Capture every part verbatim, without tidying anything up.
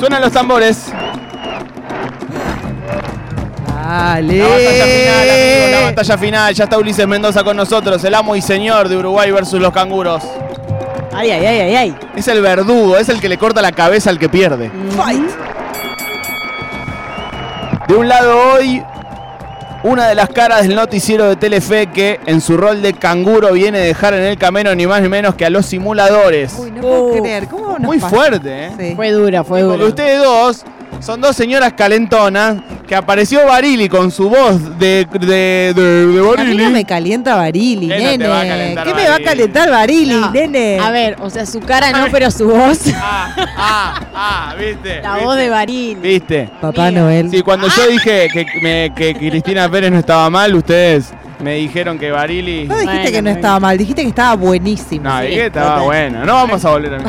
Suenan los tambores. Dale. La batalla final, amigos, la batalla final. Ya está Ulises Mendoza con nosotros, el amo y señor de Uruguay versus los canguros. Ay, ay, ay, ay, ay. Es el verdugo, es el que le corta la cabeza al que pierde. Fight. De un lado hoy, una de las caras del noticiero de Telefe que en su rol de canguro viene a dejar en el camino ni más ni menos que a los simuladores. Uy, no puedo Uh, creer. ¿Cómo nos Muy pasa? fuerte, ¿eh? Sí. Fue dura, fue Porque dura. ustedes dos son dos señoras calentonas que apareció Barili con su voz de, de, de, de A mí Barili. no me calienta Barili, ¿Qué no nene. te va a calentar ¿Qué me va a Barili? calentar Barili, No, nene? A ver, o sea, su cara no, pero su voz. Ah, ah, ah, ¿viste? La ¿Viste? voz de Baril. ¿Viste? Papá Mira. Noel. Sí, cuando yo dije que, me, que Cristina Pérez no estaba mal, ustedes me dijeron que Barili... No dijiste Bueno, que no bueno. estaba mal, dijiste que estaba buenísimo. No, Sí, dije que estaba total. bueno. No vamos a volver a mí.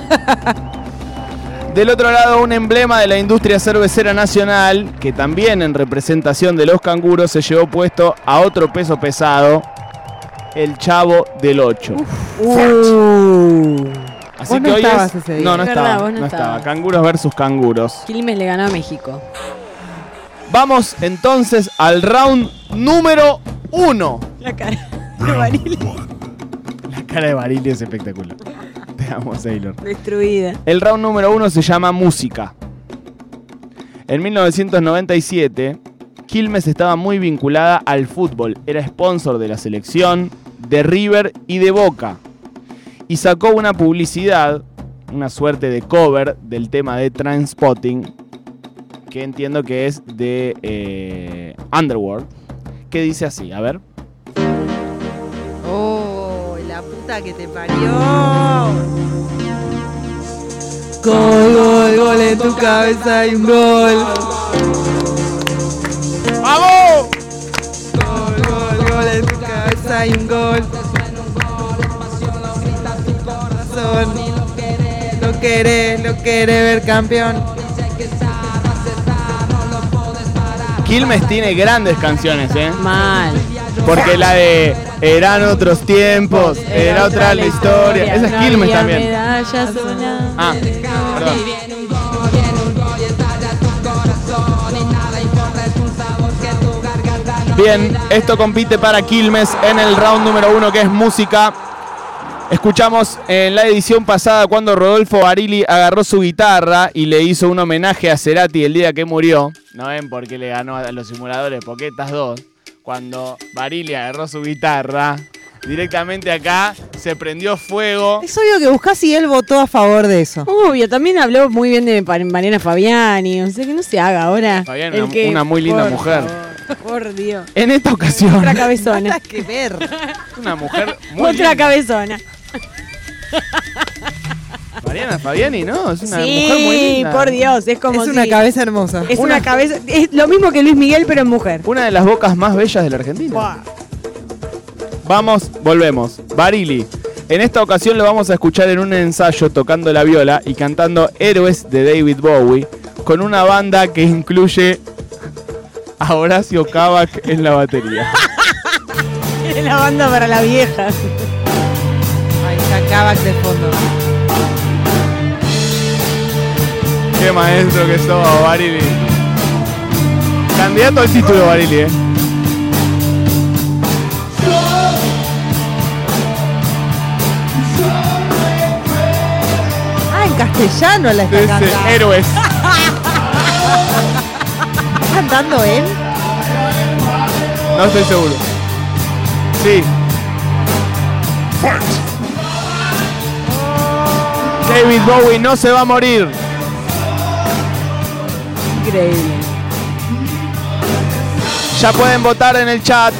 Del otro lado, un emblema de la industria cervecera nacional, que también en representación de los canguros se llevó puesto a otro peso pesado, el Chavo del ocho. Uh. Así Vos que no hoy estabas es... ese día. No, no Es estaba, verdad, vos no no estaba. estabas. Canguros versus canguros. Quilmes le ganó a México. Vamos entonces al round número uno. La cara de Baril. La cara de Barili es espectacular. Te amo, Sailor. Destruida. El round número uno se llama música. En mil novecientos noventa y siete, Quilmes estaba muy vinculada al fútbol. Era sponsor de la selección, de River y de Boca. Y sacó una publicidad, una suerte de cover del tema de Trainspotting, que entiendo que es de eh, Underworld, que dice así, a ver. Oh, la puta que te parió. Gol, gol, gol en tu cabeza hay un gol. ¡Vamos! Gol, gol, gol en tu cabeza hay un gol. Lo querés, lo querés ver campeón. Quilmes tiene grandes canciones, ¿eh? Mal. Porque la de Eran otros tiempos, era otra la historia. Esa es no Quilmes había también. medallas, una- Ah, perdón. Bien, esto compite para Quilmes en el round número uno, que es música. Escuchamos en la edición pasada cuando Rodolfo Barili agarró su guitarra y le hizo un homenaje a Cerati el día que murió. No ven por qué le ganó a los simuladores, porque estas dos, cuando Barili agarró su guitarra, directamente acá se prendió fuego. Es obvio que buscás y él votó a favor de eso. Obvio, también habló muy bien de Pa- Mariana Fabiani. O sea, que no se haga ahora. Fabián, El una, que- una muy linda por mujer. favor, por Dios. En esta ocasión, Otra cabezona. Nada que ver. una mujer muy Otra linda. cabezona. Mariana Fabiani, ¿no? Es una mujer muy Sí, linda. por Dios. Es como Es una si- cabeza hermosa. Es Una- una cabeza. Es lo mismo que Luis Miguel, pero en mujer. Una de las bocas más bellas de la Argentina. Buah. Vamos, volvemos. Barili. En esta ocasión lo vamos a escuchar en un ensayo tocando la viola y cantando Héroes de David Bowie con una banda que incluye a Horacio Cavac en la batería. Es la banda para la vieja. Ahí está Kavak de fondo. Qué maestro que sos, Barili. Candidato al título, Barili, eh. Ah, en castellano la está Dice cantando. Héroes. ¿Está cantando él? No estoy seguro. Sí. David Bowie no se va a morir. Increíble. Ya pueden votar en el chat.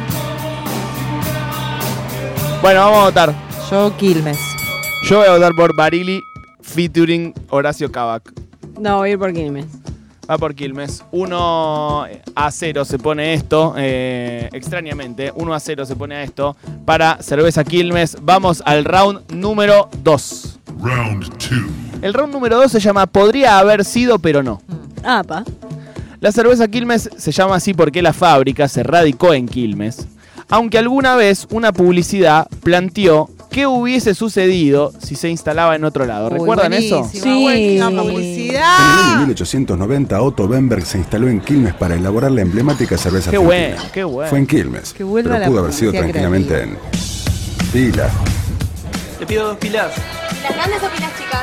Bueno, vamos a votar. Yo, Quilmes. Yo voy a votar por Barili featuring Horacio Cavac. No, voy a ir por Quilmes. Va por Quilmes. uno a cero se pone esto. Eh, extrañamente, uno a cero se pone a esto para Cerveza Quilmes. Vamos al round número dos. Round two. El round número dos se llama Podría haber sido, pero no. Ah, pa. La cerveza Quilmes se llama así porque la fábrica se radicó en Quilmes, aunque alguna vez una publicidad planteó ¿Qué hubiese sucedido si se instalaba en otro lado? Uy, ¿Recuerdan buenísima, eso? Sí. buenísima En el publicidad. año mil ochocientos noventa, Otto Bemberg se instaló en Quilmes para elaborar la emblemática cerveza Qué argentina. bueno, qué bueno. Fue en Quilmes, Que vuelva pero la pudo haber sido publicidad tranquilamente en Pila. Te pido dos pilas. ¿Pilas grandes o pilas chicas?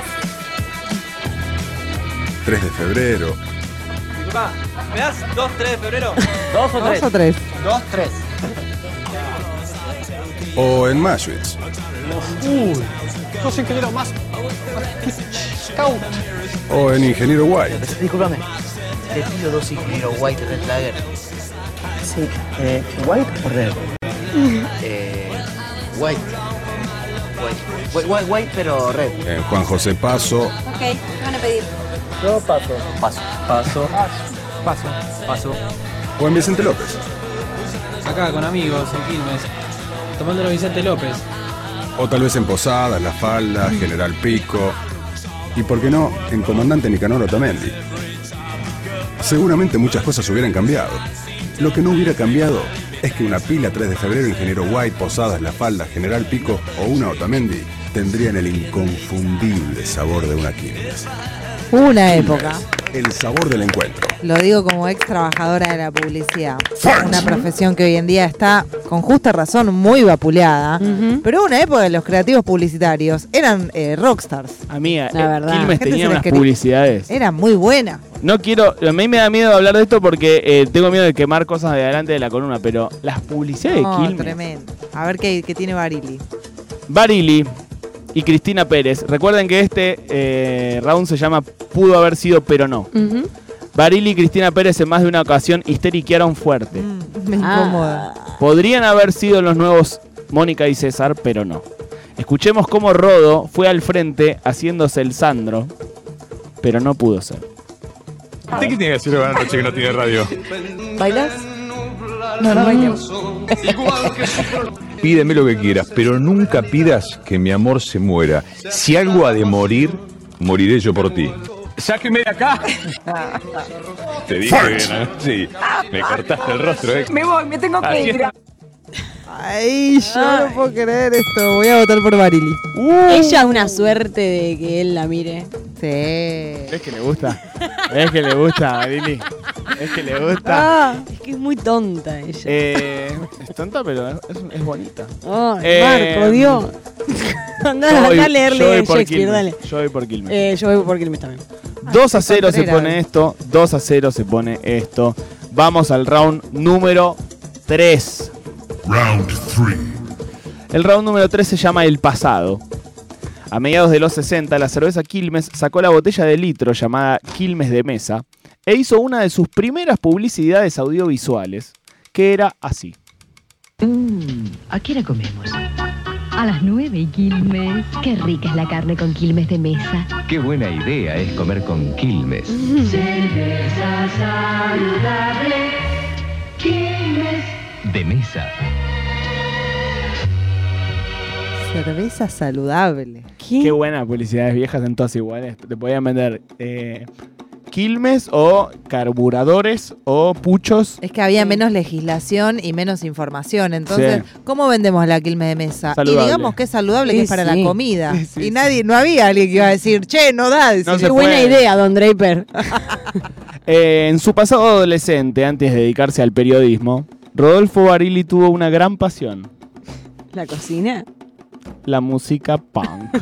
tres de febrero. Disculpa, ¿me das dos, tres de febrero? ¿Dos o tres? ¿Dos o tres? Dos, tres. O en Maschwitz. Sos ingeniero más. Scout. O en Ingeniero White. Disculpame. Te pido dos ingenieros White Red Lager. Sí. Eh, ¿White o Red? eh, white. White. White. White. White, pero Red. En Juan José Paso. Ok, ¿qué van a pedir? Yo paso. Paso. Paso. Paso. Paso. O en Vicente López. Acá con amigos en Quilmes, tomándolo Vicente López. O tal vez en Posadas, La Falda, General Pico. Y por qué no, en Comandante Nicanor Otamendi. Seguramente muchas cosas hubieran cambiado. Lo que no hubiera cambiado es que una pila tres de febrero, Ingeniero White, Posadas, La Falda, General Pico o una Otamendi tendrían el inconfundible sabor de una Quilmes. Una época. El sabor del encuentro. Lo digo como ex trabajadora de la publicidad. Una profesión que hoy en día está, con justa razón, muy vapuleada. Ujú. Pero una época de los creativos publicitarios eran eh, rockstars. Amiga, La eh, verdad. Quilmes Gente tenía se les unas quería- publicidades. Era muy buena. No quiero, a mí me da miedo hablar de esto porque eh, tengo miedo de quemar cosas de adelante de la columna, pero las publicidades No, de Quilmes. tremendo. A ver qué, qué tiene Barili. Barili y Cristina Pérez. Recuerden que este eh, round se llama Pudo haber sido, pero no. Ujú. Barili y Cristina Pérez en más de una ocasión histeriquearon fuerte. Mm, me Ah. incomoda. Podrían haber sido los nuevos Mónica y César, pero no. Escuchemos cómo Rodo fue al frente haciéndose el Sandro, pero no pudo ser. ¿Usted qué tiene que decir la noche que no tiene radio? ¿Bailas? No, no bailé. Pídeme lo que quieras, pero nunca pidas que mi amor se muera. Si algo ha de morir, moriré yo por ti. ¡Sáqueme de acá! Te dije bien, ¿eh? Sí, me cortaste el rostro, ¿eh? Me voy, me tengo que Así ir. es. Ay, yo no puedo creer esto. Voy a votar por Barili. Ella una suerte de que él la mire. Sí. ¿Ves que le gusta? ¿Ves que le gusta, Barili? ¿Ves que le gusta? Ah, es que es muy tonta ella. Eh, es tonta, pero es, es bonita. Ay, eh, Marco, Dios. Andá, Yo voy- andá a yo leerle voy a por Shakespeare, Quilmes. dale. Yo voy por Quilmes. Eh, yo voy por Quilmes también. dos a cero se Contreras. pone esto. dos a cero se pone esto. Vamos al round número tres. Round three. El round número tres se llama El Pasado. A mediados de los sesenta, la cerveza Quilmes sacó la botella de litro llamada Quilmes de Mesa e hizo una de sus primeras publicidades audiovisuales, que era así. ¿A qué hora comemos? A las nueve y Quilmes. Qué rica es la carne con Quilmes de Mesa. Qué buena idea es comer con Quilmes. Cerveza saludable. Quilmes. De mesa. Cerveza saludable. Qué buena publicidades viejas en todas iguales. Te podían vender eh, Quilmes o carburadores o puchos. Es que había menos legislación y menos información. Entonces, Sí. ¿cómo vendemos la Quilmes de Mesa? Saludable. Y digamos que es saludable, Sí, que es para sí. la comida. Sí, sí, y nadie, no había alguien que iba a decir, che, no da. No Qué se buena puede. idea, Don Draper. Eh, en su pasado adolescente, antes de dedicarse al periodismo, Rodolfo Barili tuvo una gran pasión: ¿La cocina? la música punk.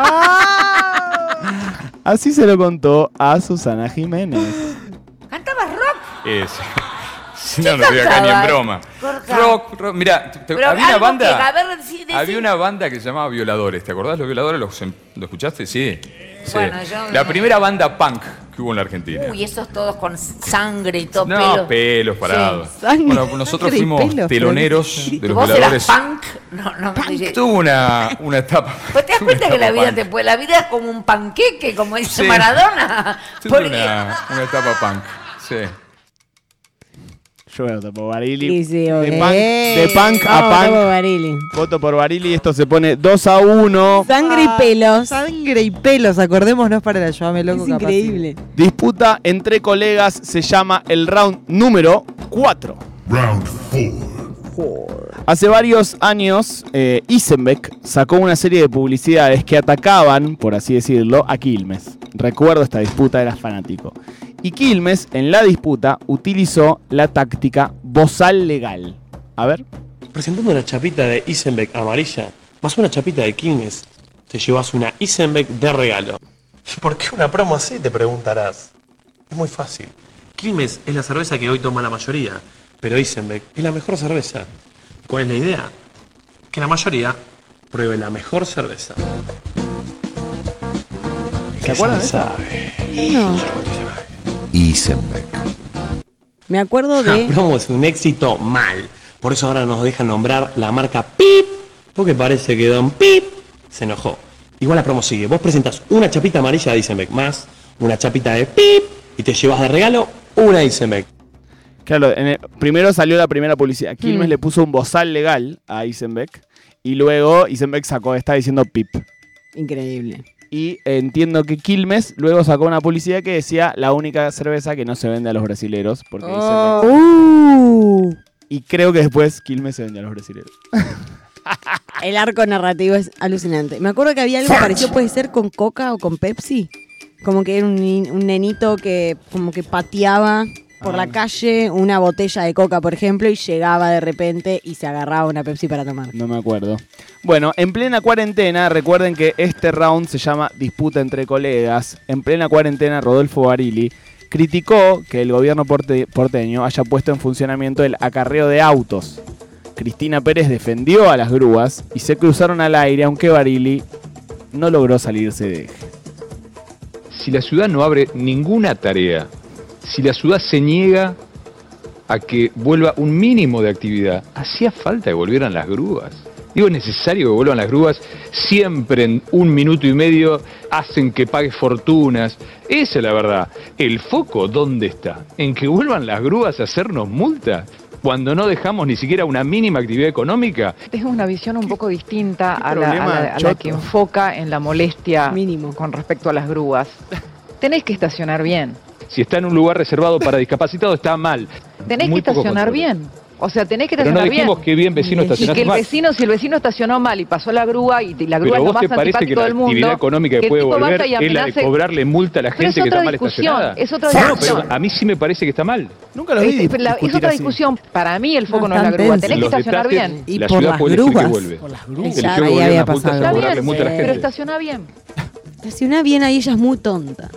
Así se lo contó a Susana Jiménez. ¿Cantabas rock? Es. Si no, no estoy acá ni en broma. Rock, rock. Mira, Pero había una algo banda. que, a ver, sí, decí- Había una banda que se llamaba Violadores. ¿Te acordás de los Violadores? ¿Los, em- ¿Lo escuchaste? Sí. Sí. Bueno, yo La no. primera banda punk que hubo en la Argentina. Uy, esos todos con sangre y todo No, pelo. pelos parados. Sí, sangre. Bueno, nosotros Sangre y fuimos pelos, teloneros de los ¿Vos Violadores. eras punk? No, no. Punk. Tuvo una, una etapa. ¿Vos te das tuvo cuenta una que la etapa vida punk. te puede, la vida es como un panqueque, como dice Sí. Maradona? Tuvo Porque- una, una etapa punk. Sí. Yo voy a votar por Barili. Sí, sí, de, obvio. punk, de punk a Vamos, vamos, punk. Barili. Voto por Barili y esto se pone dos a uno. Sangre y pelos. Sangre y pelos, acordémonos para el Ayúdame Loco. Es capaz. increíble. Disputa entre colegas se llama el round número cuatro. Round four. Hace varios años, eh, Isenbeck sacó una serie de publicidades que atacaban, por así decirlo, a Quilmes. Recuerdo esta disputa, era fanático. Y Quilmes, en la disputa, utilizó la táctica bozal legal. A ver. Presentando una chapita de Isenbeck amarilla, más una chapita de Quilmes, te llevas una Isenbeck de regalo. ¿Y por qué una promo así? Te preguntarás. Es muy fácil. Quilmes es la cerveza que hoy toma la mayoría, pero Isenbeck es la mejor cerveza. ¿Cuál es la idea? Que la mayoría pruebe la mejor cerveza. ¿Se acuerdan de eso? No. Isenbeck. Me acuerdo de... La promo es un éxito mal. Por eso ahora nos dejan nombrar la marca Pip, porque parece que Don Pip se enojó. Igual la promo sigue. Vos presentas una chapita amarilla de Isenbeck más una chapita de Pip y te llevas de regalo una Isenbeck. Claro, en el, primero salió la primera publicidad. Quilmes Mm. le puso un bozal legal a Isenbeck y luego Isenbeck sacó esta diciendo Pip. Increíble. Y entiendo que Quilmes luego sacó una publicidad que decía la única cerveza que no se vende a los brasileros. Porque Oh. Isenbeck... Uh. Y creo que después Quilmes se vende a los brasileros. El arco narrativo es alucinante. Me acuerdo que había algo parecido, puede ser con Coca o con Pepsi. Como que era un, ni- un nenito que como que pateaba por Ah. la calle una botella de Coca, por ejemplo, y llegaba de repente y se agarraba una Pepsi para tomar. No me acuerdo. Bueno, en plena cuarentena, recuerden que este round se llama Disputa entre colegas. En plena cuarentena, Rodolfo Barili criticó que el gobierno porte- porteño haya puesto en funcionamiento el acarreo de autos. Cristina Pérez defendió a las grúas y se cruzaron al aire, aunque Barili no logró salirse de eje. Si la ciudad no abre ninguna tarea, si la ciudad se niega a que vuelva un mínimo de actividad, ¿hacía falta que volvieran las grúas? Digo, es necesario que vuelvan las grúas, siempre en un minuto y medio hacen que pagues fortunas. Esa es la verdad. ¿El foco dónde está? ¿En que vuelvan las grúas a hacernos multas? Cuando no dejamos ni siquiera una mínima actividad económica. Tengo una visión un poco distinta a la, a problema, la- a la choto. que enfoca en la molestia Mínimo. con respecto a las grúas. Tenés que estacionar bien. Si está en un lugar reservado para discapacitados, está mal. Tenés Muy que poco estacionar control. bien. O sea, tenés que Pero no estacionar bien. dijimos que bien vecino Y estacionaste que el mal. vecino, si el vecino estacionó mal y pasó la grúa y la grúa Pero es lo vos más te parece que antipático la del mundo. actividad económica que el puede tipo volver vaya y es la de amenace- cobrarle multa a la Pero gente es que está otra mal discusión, estacionada. es otra No, discusión. pero a mí sí me parece que está mal. Nunca lo vi Es, es la- es discutir otra así. discusión. Para mí el foco no es la Bastante grúa. denso. Tenés que Los estacionar detalles, bien. Y la por ciudad las puede elegir que grúas. vuelve. Por las Ya, grúas. Eligió ahí que había vuelvan las multas pasado. a Está cobrarle bien, multa a la pero gente. estaciona bien. Estaciona bien ahí, ella es muy tonta.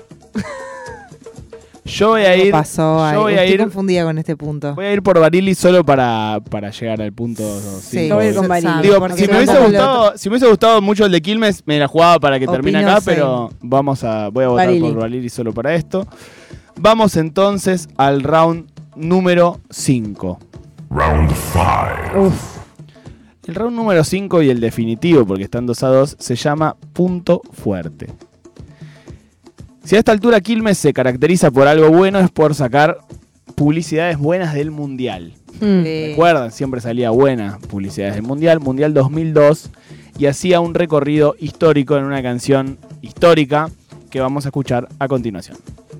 Yo voy a ¿Qué ir. pasó ahí? Yo voy a Estoy ir. confundida con este punto. Voy a ir por Barili solo para, para llegar al punto Sí, cinco. Yo voy a ir con Barili. Digo, porque si me, no hubiese andamos gustado, si me hubiese gustado mucho el de Quilmes, me la jugaba para que termine Opino acá, same. pero vamos a, voy a votar Barili. por Barili solo para esto. Vamos entonces al round número cinco. Round five. Uf. El round número cinco y el definitivo, porque están dos a dos, se llama Punto Fuerte. Si a esta altura Quilmes se caracteriza por algo bueno, es por sacar publicidades buenas del Mundial. Mm. Sí. ¿Recuerdan? Siempre salía buena publicidades del Mundial. Mundial dos mil dos. Y hacía un recorrido histórico en una canción histórica que vamos a escuchar a continuación.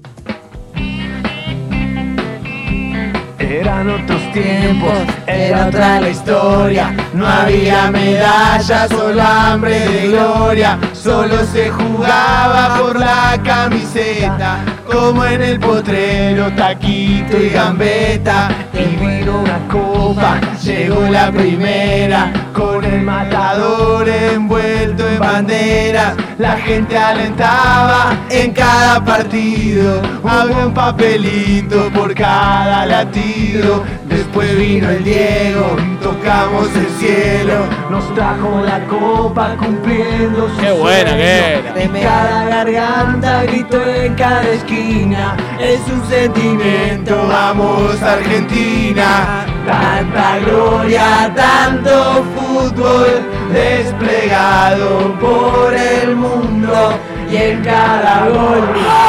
Eran otros tiempos, era otra la historia. No había medallas, solo hambre de gloria. Solo se jugaba por la camiseta, como en el potrero, taquito y gambeta. Y vino una copa, llegó la primera, con el matador envuelto en banderas. La gente alentaba en cada partido, había un papelito por cada latido. Después vino el Diego, tocamos el cielo, nos trajo la copa cumpliendo su ¡Qué buena sueño. que era! Y cada garganta gritó en cada esquina, es un sentimiento, vamos Argentina. Tanta gloria, tanto fútbol desplegado por el mundo y en cada gol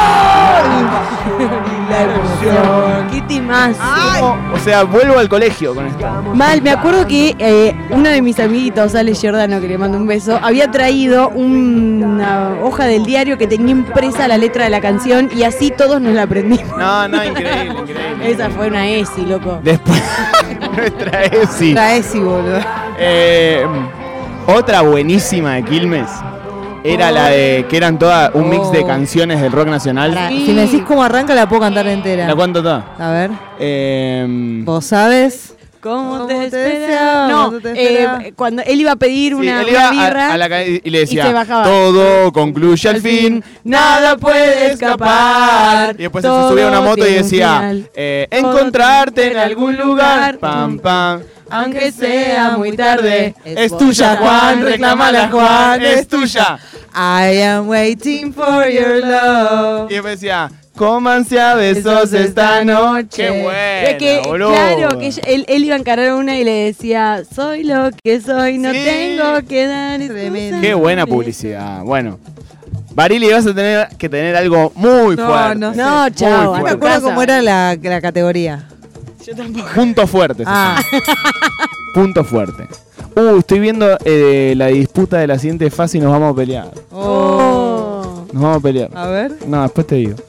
y la emoción. ¿Qué timazo? O sea, vuelvo al colegio con esto. Mal, me acuerdo que eh, uno de mis amiguitos, Ale Giordano, que le mando un beso, había traído un- una hoja del diario que tenía impresa la letra de la canción y así todos nos la aprendimos. No, no, increíble, increíble. Esa fue una ESI, loco. Después, Nuestra Esi. Nuestra Esi, boludo. Eh, otra buenísima de Quilmes era oh. la de que eran todas un mix de Oh. canciones del rock nacional. Sí. Si me decís cómo arranca, la puedo cantar entera. ¿La cuento toda? A ver. Eh, ¿Vos sabes? ¿Cómo, ¿Cómo te, te esperaba? deseaba? No, ¿Cómo te esperaba? eh, cuando él iba a pedir sí, una, él iba una birra a, a la calle y le y se decía, bajaba. todo concluye al fin, nada puede escapar. Y después Todo se subía a una moto y tiene un decía, final. eh, encontrarte en algún lugar, pam, pam. Aunque sea muy tarde, Es tuya, Juan, reclámala, Juan, es tuya. I am waiting for your love. Y después decía, cómanse a besos esta noche. Qué bueno, Es que, boludo. claro, que ella- él, él iba a encarar una y le decía, soy lo que soy, no Sí. tengo que dar excusas". Qué buena publicidad. Bueno, Barili, vas a tener que tener algo muy No, fuerte. no sé. No, chao. Muy No me fuerte. acuerdo cómo era la, la categoría. Yo tampoco. Punto fuerte. se Ah, llama. Punto fuerte. Uh, estoy viendo eh, la disputa de la siguiente fase y nos vamos a pelear. oh. Nos vamos a pelear. A ver. No, después te digo.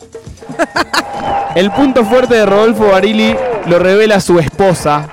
El punto fuerte de Rodolfo Barili lo revela su esposa.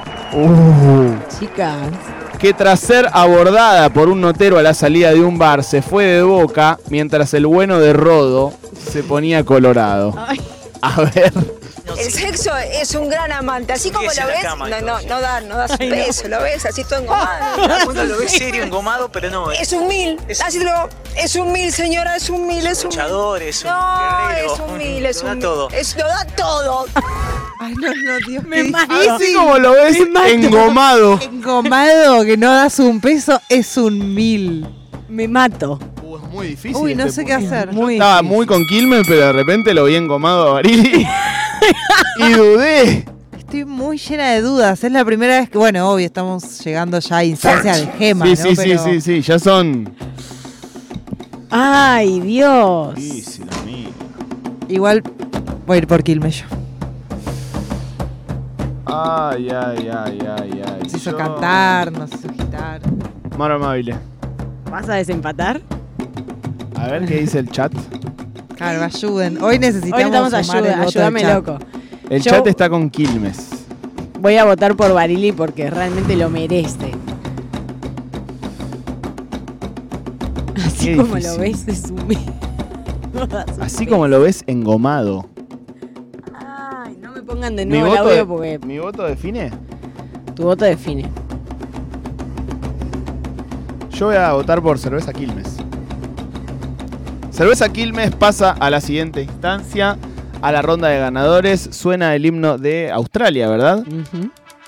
Uh, Chicas. que tras ser abordada por un notero a la salida de un bar se fue de boca mientras el bueno de Rodo se ponía colorado. Ay. A ver. El sexo es un gran amante, así como lo ves, no, no, no da, no da su Ay, no. peso, lo ves así todo engomado. Uno lo ve serio, engomado, pero no. Es un mil, así te lo, es un mil, señora, es un mil, es un luchador, es un no, guerrero. es un mil, es Lo da un todo. mil, es, lo da todo. Ay, no, no, Dios Me qué mato. difícil. Así como lo ves, Me mato. engomado. Engomado que no das un peso es un mil. Me mato. Uh, es muy difícil. Uy, no este sé qué punto. hacer. Muy Estaba difícil. muy con Quilmes, pero de repente lo vi engomado a Barili. Y dudé. Estoy muy llena de dudas. Es la primera vez que, bueno, obvio, estamos llegando ya a instancias de gema, Sí, ¿no? sí, sí, Pero sí, sí, ya son. Ay, Dios. Difícil, amigo. igual voy a ir por Quilmes yo. Ay, ay, ay, ay, ay. Nos hizo Yo- cantar, nos hizo agitar. Mano amable. ¿Vas a desempatar? A ver qué dice el chat. Claro, ayuden. Hoy necesitamos, Hoy necesitamos sumar el ayuda, voto del ayúdame chat. loco. El Yo- chat está con Quilmes. Voy a votar por Barili porque realmente lo merece. Así Qué como difícil. lo ves, es un... No das un Así peso. como lo ves, engomado. Ay, no me pongan de ¿Mi nuevo el voto, audio de- porque ¿Mi voto define? tu voto define. Yo voy a votar por Cerveza Quilmes. Cerveza Quilmes pasa a la siguiente instancia, a la ronda de ganadores. Suena el himno de Australia, ¿verdad? Ujú.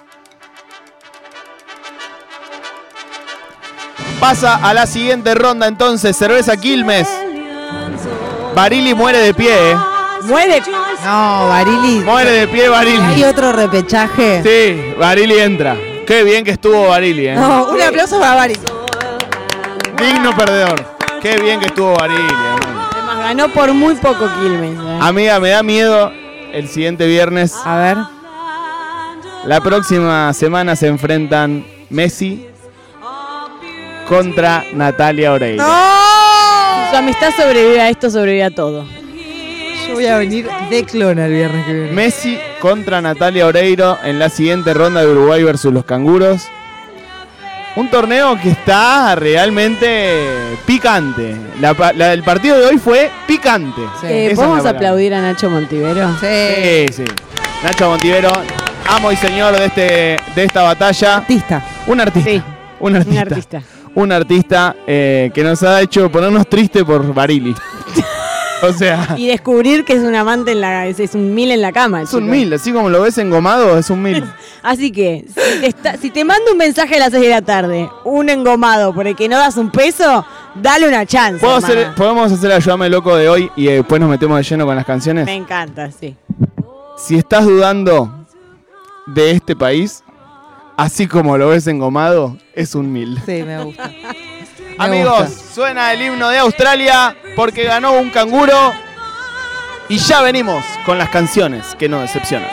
Pasa a la siguiente ronda entonces, Cerveza Quilmes. Barili muere de pie, ¿eh? ¡Muere! No, Barili. Muere de pie ¿Hay Barili. otro repechaje? Sí, Barili entra. Qué bien que estuvo Barili, ¿eh? No, un aplauso para Barili. Digno perdedor. Qué bien que estuvo Barili, hermano. Además, ganó por muy poco Quilmes. ¿eh? Amiga, me da miedo el siguiente viernes. A ver. La próxima semana se enfrentan Messi contra Natalia Oreiro. Si su amistad sobrevive a esto, sobrevive a todo. Yo voy a venir de clona el viernes que viene. Messi contra Natalia Oreiro en la siguiente ronda de Uruguay versus los Canguros. Un torneo que está realmente picante. La, pa- la del partido de hoy fue picante. Sí. Eh, Esa es ¿Podemos la palabra. aplaudir a Nacho Montivero? Sí. Sí, sí. Nacho Montivero, amo y señor de este de esta batalla. Artista. Un artista. Sí, Un artista. un artista. Un artista eh, que nos ha hecho ponernos tristes por Barili. O sea, Y descubrir que es un amante en la... Es, es un mil en la cama. es un chico. mil, así como lo ves engomado, es un mil. Así que, si te, está- si te mando un mensaje a las seis de la tarde, un engomado por el que no das un peso, dale una chance. ¿Puedo hermana. hacer, podemos hacer Ayúdame Loco de hoy y eh, después nos metemos de lleno con las canciones. Me encanta, sí. Si estás dudando de este país, así como lo ves engomado, es un mil. Sí, me gusta. Me Amigos, gusta. suena el himno de Australia porque ganó un canguro. Y ya venimos con las canciones que nos decepcionan.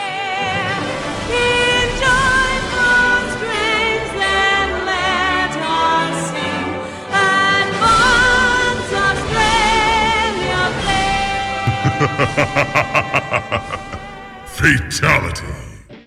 Fatality.